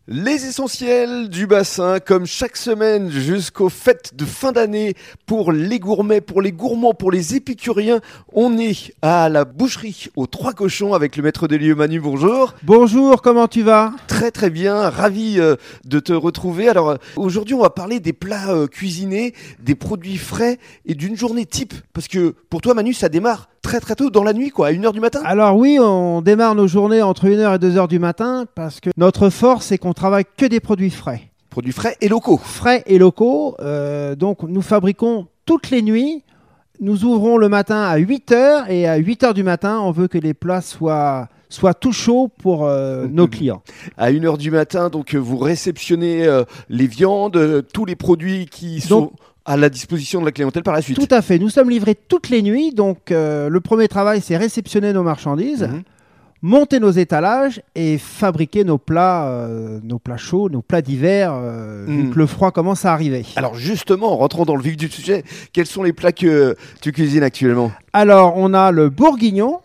Les essentiels du bassin, comme chaque semaine jusqu'aux fêtes de fin d'année, pour les gourmets, pour les gourmands, pour les épicuriens, on est à la boucherie aux Trois Cochons avec le maître des lieux Manu. Bonjour. Bonjour, comment tu vas ? Très très bien, ravi de te retrouver. Alors aujourd'hui on va parler des plats cuisinés, des produits frais et d'une journée type. Parce que pour toi Manu, ça démarre très très tôt dans la nuit, quoi, à 1h du matin. Alors oui, on démarre nos journées entre 1h et 2h du matin parce que notre force c'est qu'on travaille que des produits frais. Produits frais et locaux. Frais et locaux, donc nous fabriquons toutes les nuits. Nous ouvrons le matin à 8h et à 8h du matin, on veut que les plats soient tout chauds pour nos clients. À 1h du matin, donc vous réceptionnez les viandes, tous les produits qui sont à la disposition de la clientèle par la suite. Tout à fait. Nous sommes livrés toutes les nuits. Donc le premier travail, c'est réceptionner nos marchandises, monter nos étalages et fabriquer nos plats chauds, nos plats d'hiver, vu que le froid commence à arriver. Alors justement, rentrons dans le vif du sujet, quels sont les plats que tu cuisines actuellement ? Alors, on a le bourguignon,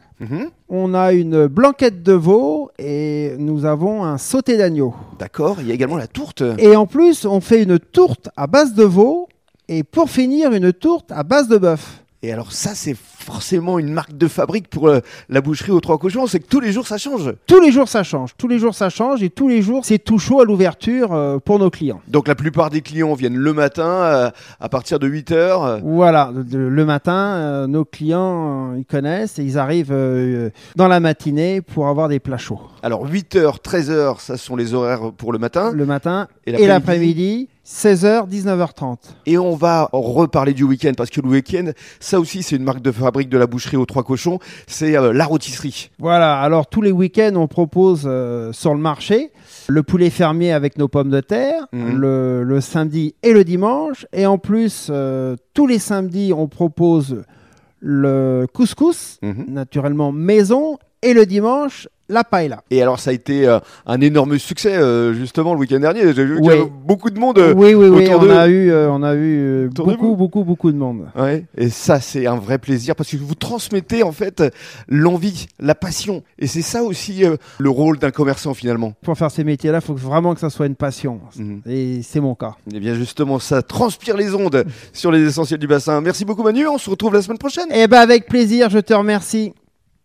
on a une blanquette de veau et nous avons un sauté d'agneau. D'accord, il y a également la tourte. Et en plus, on fait une tourte à base de veau et pour finir, une tourte à base de bœuf. Et alors ça, c'est forcément une marque de fabrique pour la boucherie aux Trois Cochons, c'est que tous les jours ça change. Tous les jours ça change, et tous les jours c'est tout chaud à l'ouverture pour nos clients. Donc la plupart des clients viennent le matin à partir de 8h. Voilà, le matin, nos clients ils connaissent et ils arrivent dans la matinée pour avoir des plats chauds. Alors 8h, 13h, ça sont les horaires pour le matin. Le matin et l'après-midi. 16h, 19h30. Et on va reparler du week-end, parce que le week-end, ça aussi, c'est une marque de fabrique de la boucherie aux Trois Cochons, c'est la rôtisserie. Voilà, alors tous les week-ends, on propose sur le marché le poulet fermier avec nos pommes de terre, le samedi et le dimanche. Et en plus, tous les samedis, on propose le couscous, naturellement maison, et le dimanche, la paella. Et alors ça a été un énorme succès justement le week-end dernier. J'ai vu qu'il y avait beaucoup de monde oui, autour d'eux. On a eu beaucoup de monde. Ouais. Et ça c'est un vrai plaisir parce que vous transmettez en fait l'envie, la passion. Et c'est ça aussi le rôle d'un commerçant finalement. Pour faire ces métiers-là, il faut vraiment que ça soit une passion. Et c'est mon cas. Et bien justement, ça transpire les ondes sur les essentiels du bassin. Merci beaucoup Manu, on se retrouve la semaine prochaine. Eh ben avec plaisir, je te remercie.